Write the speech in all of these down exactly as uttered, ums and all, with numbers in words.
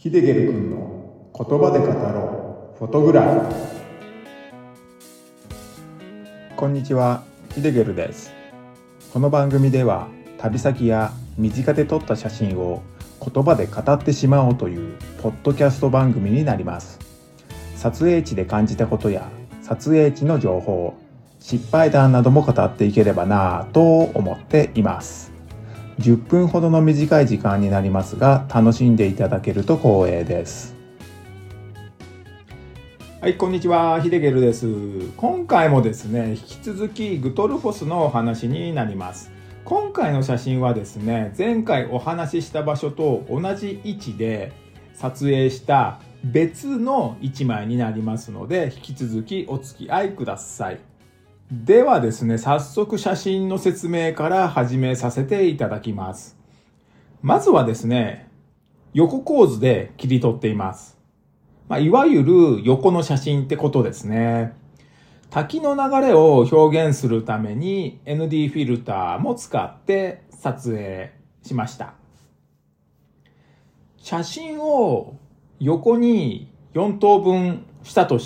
ヒデゲル君の言葉で語ろうフォトグラフィー。こんにちは、ヒデゲルです。この番組では旅先や身近で撮った写真を言葉で語ってしまおうというポッドキャスト番組になります。撮影地で感じたことや撮影地の情報、失敗談なども語っていければなぁと思っています。じゅっぷんほどの短い時間になりますが、楽しんでいただけると光栄です。はい、こんにちは、ヒデゲルです。今回もですね、引き続きグトルフォスのお話になります。今回の写真はですね、前回お話しした場所と同じ位置で撮影した別の一枚になりますので、引き続きお付き合いください。ではですね、早速写真の説明から始めさせていただきます。まずはですね、横構図で切り取っています。まあ、いわゆる横の写真ってことですね。滝の流れを表現するために エヌディー フィルターも使って撮影しました。写真を横によん等分したとして、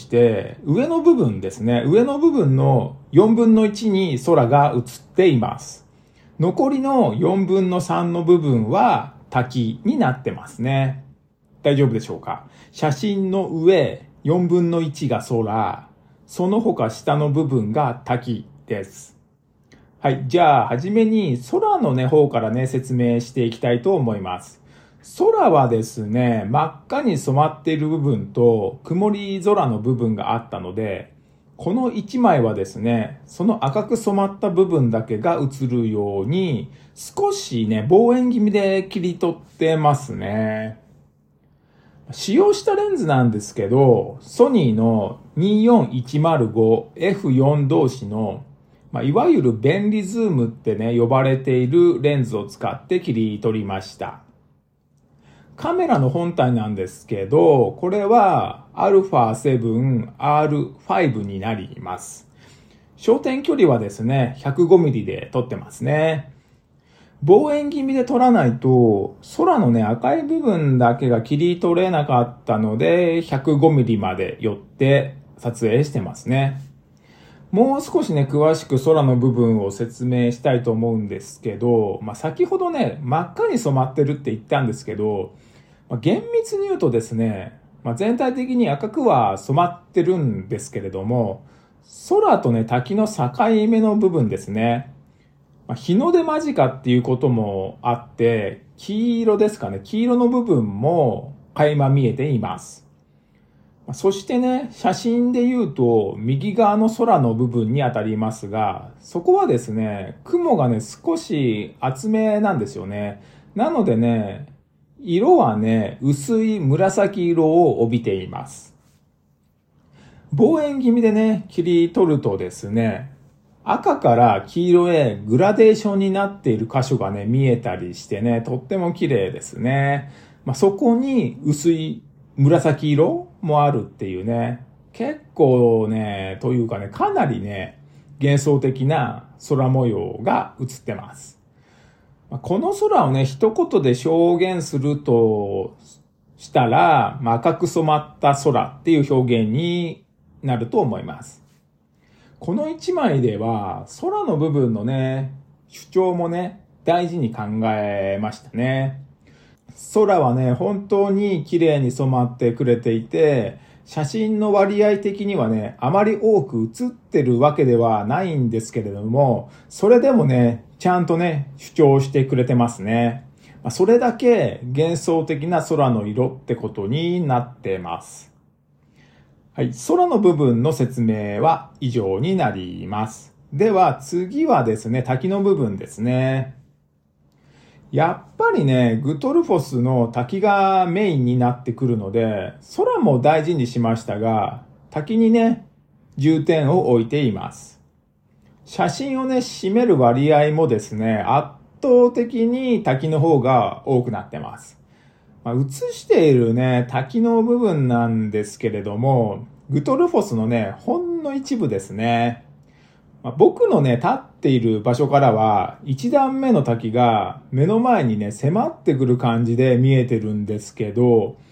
上の部分ですね、上の部分のよんぶんのいちに空が映っています。残りのよんぶんのさんの部分は滝になってますね。大丈夫でしょうか？写真の上よんぶんのいちが空、その他下の部分が滝です。はい、じゃあはじめに空のね方からね説明していきたいと思います。空はですね、真っ赤に染まっている部分と曇り空の部分があったので、このいちまいはですね、その赤く染まった部分だけが映るように、少しね、望遠気味で切り取ってますね。使用したレンズなんですけど、ソニーの によんいちまるごエフよん 同士の、まあ、いわゆる便利ズームってね、呼ばれているレンズを使って切り取りました。カメラの本体なんですけど、これは アルファセブンアールファイブ になります。焦点距離はですね、ひゃくごミリで撮ってますね。望遠気味で撮らないと、空のね、赤い部分だけが切り取れなかったので、ひゃくごミリまで寄って撮影してますね。もう少しね、詳しく空の部分を説明したいと思うんですけど、まあ、先ほどね、真っ赤に染まってるって言ったんですけど、まあ、厳密に言うとですね、まあ、全体的に赤くは染まってるんですけれども、空とね、滝の境目の部分ですね。まあ、日の出間近っていうこともあって、黄色ですかね、黄色の部分も垣間見えています。そしてね、写真で言うと、右側の空の部分に当たりますが、そこはですね、雲がね、少し厚めなんですよね。なのでね、色はね、薄い紫色を帯びています。望遠気味でね、切り取るとですね、赤から黄色へグラデーションになっている箇所がね、見えたりしてね、とっても綺麗ですね。まあ、そこに薄い紫色もあるっていうね、結構ね、というかね、かなりね、幻想的な空模様が映ってます。この空をね、一言で表現するとしたら、まあ、赤く染まった空っていう表現になると思います。この一枚では、空の部分のね、主張もね、大事に考えましたね。空はね、本当に綺麗に染まってくれていて、写真の割合的にはね、あまり多く写ってるわけではないんですけれども、それでもね、ちゃんとね、主張してくれてますね。それだけ幻想的な空の色ってことになってます。はい、空の部分の説明は以上になります。では次はですね、滝の部分ですね。やっぱりね、グトルフォスの滝がメインになってくるので、空も大事にしましたが、滝にね、重点を置いています。写真をね、占める割合もですね、圧倒的に滝の方が多くなってます。まあ、写しているね、滝の部分なんですけれども、グトルフォスのね、ほんの一部ですね。まあ、僕のね、立っている場所からは、一段目の滝が目の前にね、迫ってくる感じで見えてるんですけど、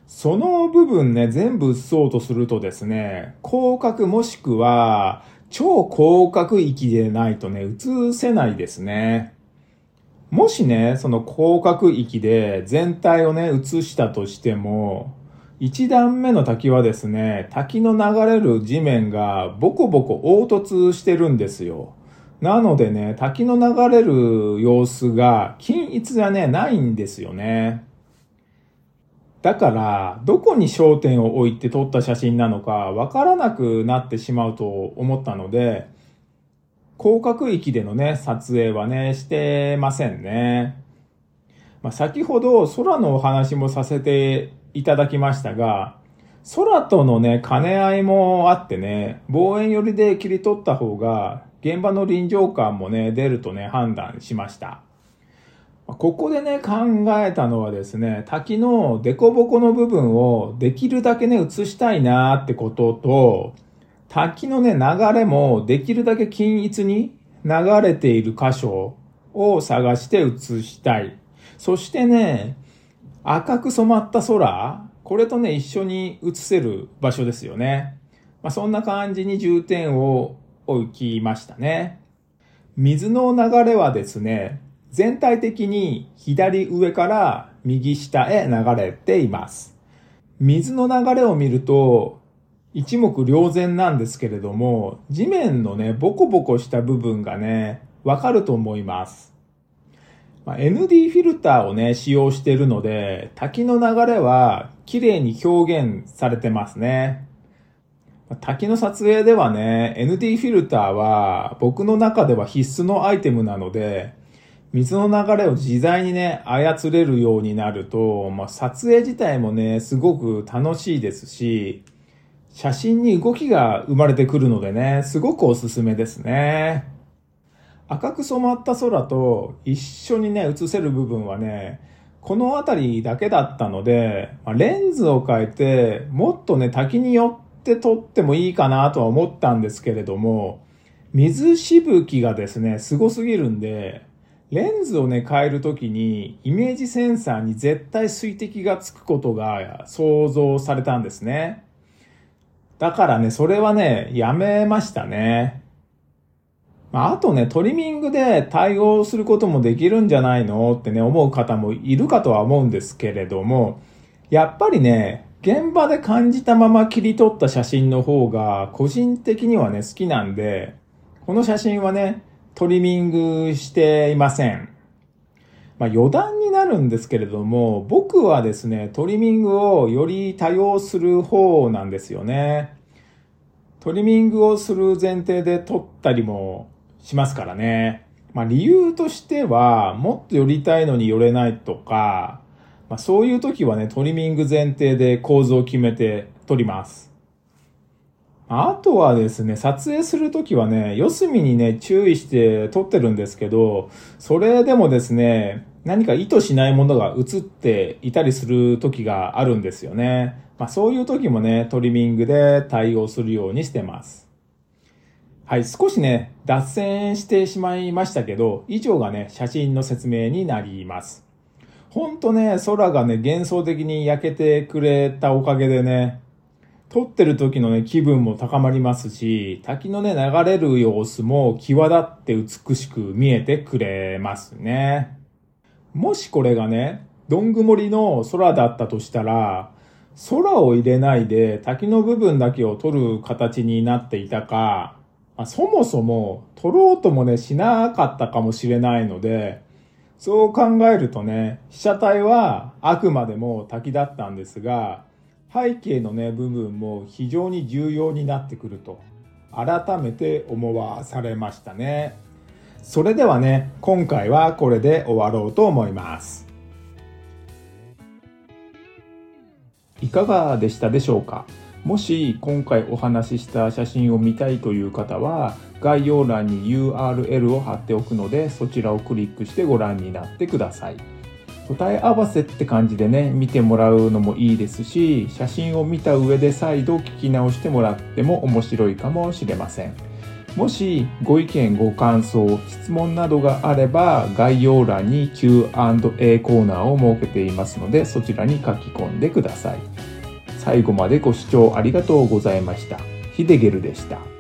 その部分ね、全部写そうとするとですね、広角もしくは超広角域でないとね、写せないですね。もしね、その広角域で全体をね、写したとしても、一段目の滝はですね、滝の流れる地面がボコボコ凹凸してるんですよ。なのでね、滝の流れる様子が均一じゃね、ないんですよね。だから、どこに焦点を置いて撮った写真なのかわからなくなってしまうと思ったので、広角域でのね、撮影はね、してませんね。まあ、先ほど空のお話もさせていただきましたが、空とのね、兼ね合いもあってね、望遠寄りで切り取った方が、現場の臨場感もね、出るとね、判断しました。ここでね、考えたのはですね、滝の凸凹の部分をできるだけね、映したいなーってことと、滝のね、流れもできるだけ均一に流れている箇所を探して映したい。そしてね、赤く染まった空、これとね、一緒に映せる場所ですよね。まあ、そんな感じに重点を置きましたね。水の流れはですね、全体的に左上から右下へ流れています。水の流れを見ると一目瞭然なんですけれども、地面のね、ボコボコした部分がね、わかると思います。エヌディー フィルターをね、使用しているので、滝の流れは綺麗に表現されてますね。滝の撮影ではね、エヌディー フィルターは僕の中では必須のアイテムなので、水の流れを自在にね、操れるようになると、まあ、撮影自体もね、すごく楽しいですし、写真に動きが生まれてくるのでね、すごくおすすめですね。赤く染まった空と一緒にね、写せる部分はね、この辺りだけだったので、まあ、レンズを変えて、もっとね、滝によって撮ってもいいかなとは思ったんですけれども、水しぶきがですね、すごすぎるんで、レンズをね、変えるときに、イメージセンサーに絶対水滴がつくことが想像されたんですね。だからね、それはね、やめましたね。あとね、トリミングで対応することもできるんじゃないのってね、思う方もいるかとは思うんですけれども、やっぱりね、現場で感じたまま切り取った写真の方が、個人的にはね、好きなんで、この写真はね、トリミングしていません。まあ余談になるんですけれども、僕はですね、トリミングをより多用する方なんですよね。トリミングをする前提で撮ったりもしますからね。まあ理由としては、もっと寄りたいのに寄れないとか、まあそういう時はね、トリミング前提で構造を決めて撮ります。あとはですね、撮影するときはね、四隅にね、注意して撮ってるんですけど、それでもですね、何か意図しないものが映っていたりするときがあるんですよね。まあそういうときもね、トリミングで対応するようにしてます。はい、少しね、脱線してしまいましたけど、以上がね、写真の説明になります。ほんとね、空がね、幻想的に焼けてくれたおかげでね、撮ってる時のね、気分も高まりますし、滝のね、流れる様子も際立って美しく見えてくれますね。もしこれがね、どん曇りの空だったとしたら、空を入れないで滝の部分だけを撮る形になっていたか、そもそも撮ろうともね、しなかったかもしれないので、そう考えるとね、被写体はあくまでも滝だったんですが、背景のね、部分も非常に重要になってくると改めて思わされましたね。それではね、今回はこれで終わろうと思います。いかがでしたでしょうか。もし今回お話しした写真を見たいという方は、概要欄に ユーアールエル を貼っておくので、そちらをクリックしてご覧になってください。答え合わせって感じでね、見てもらうのもいいですし、写真を見た上で再度聞き直してもらっても面白いかもしれません。もしご意見ご感想質問などがあれば、概要欄に キューアンドエー コーナーを設けていますので、そちらに書き込んでください。 最後までご視聴ありがとうございました。ヒデゲルでした。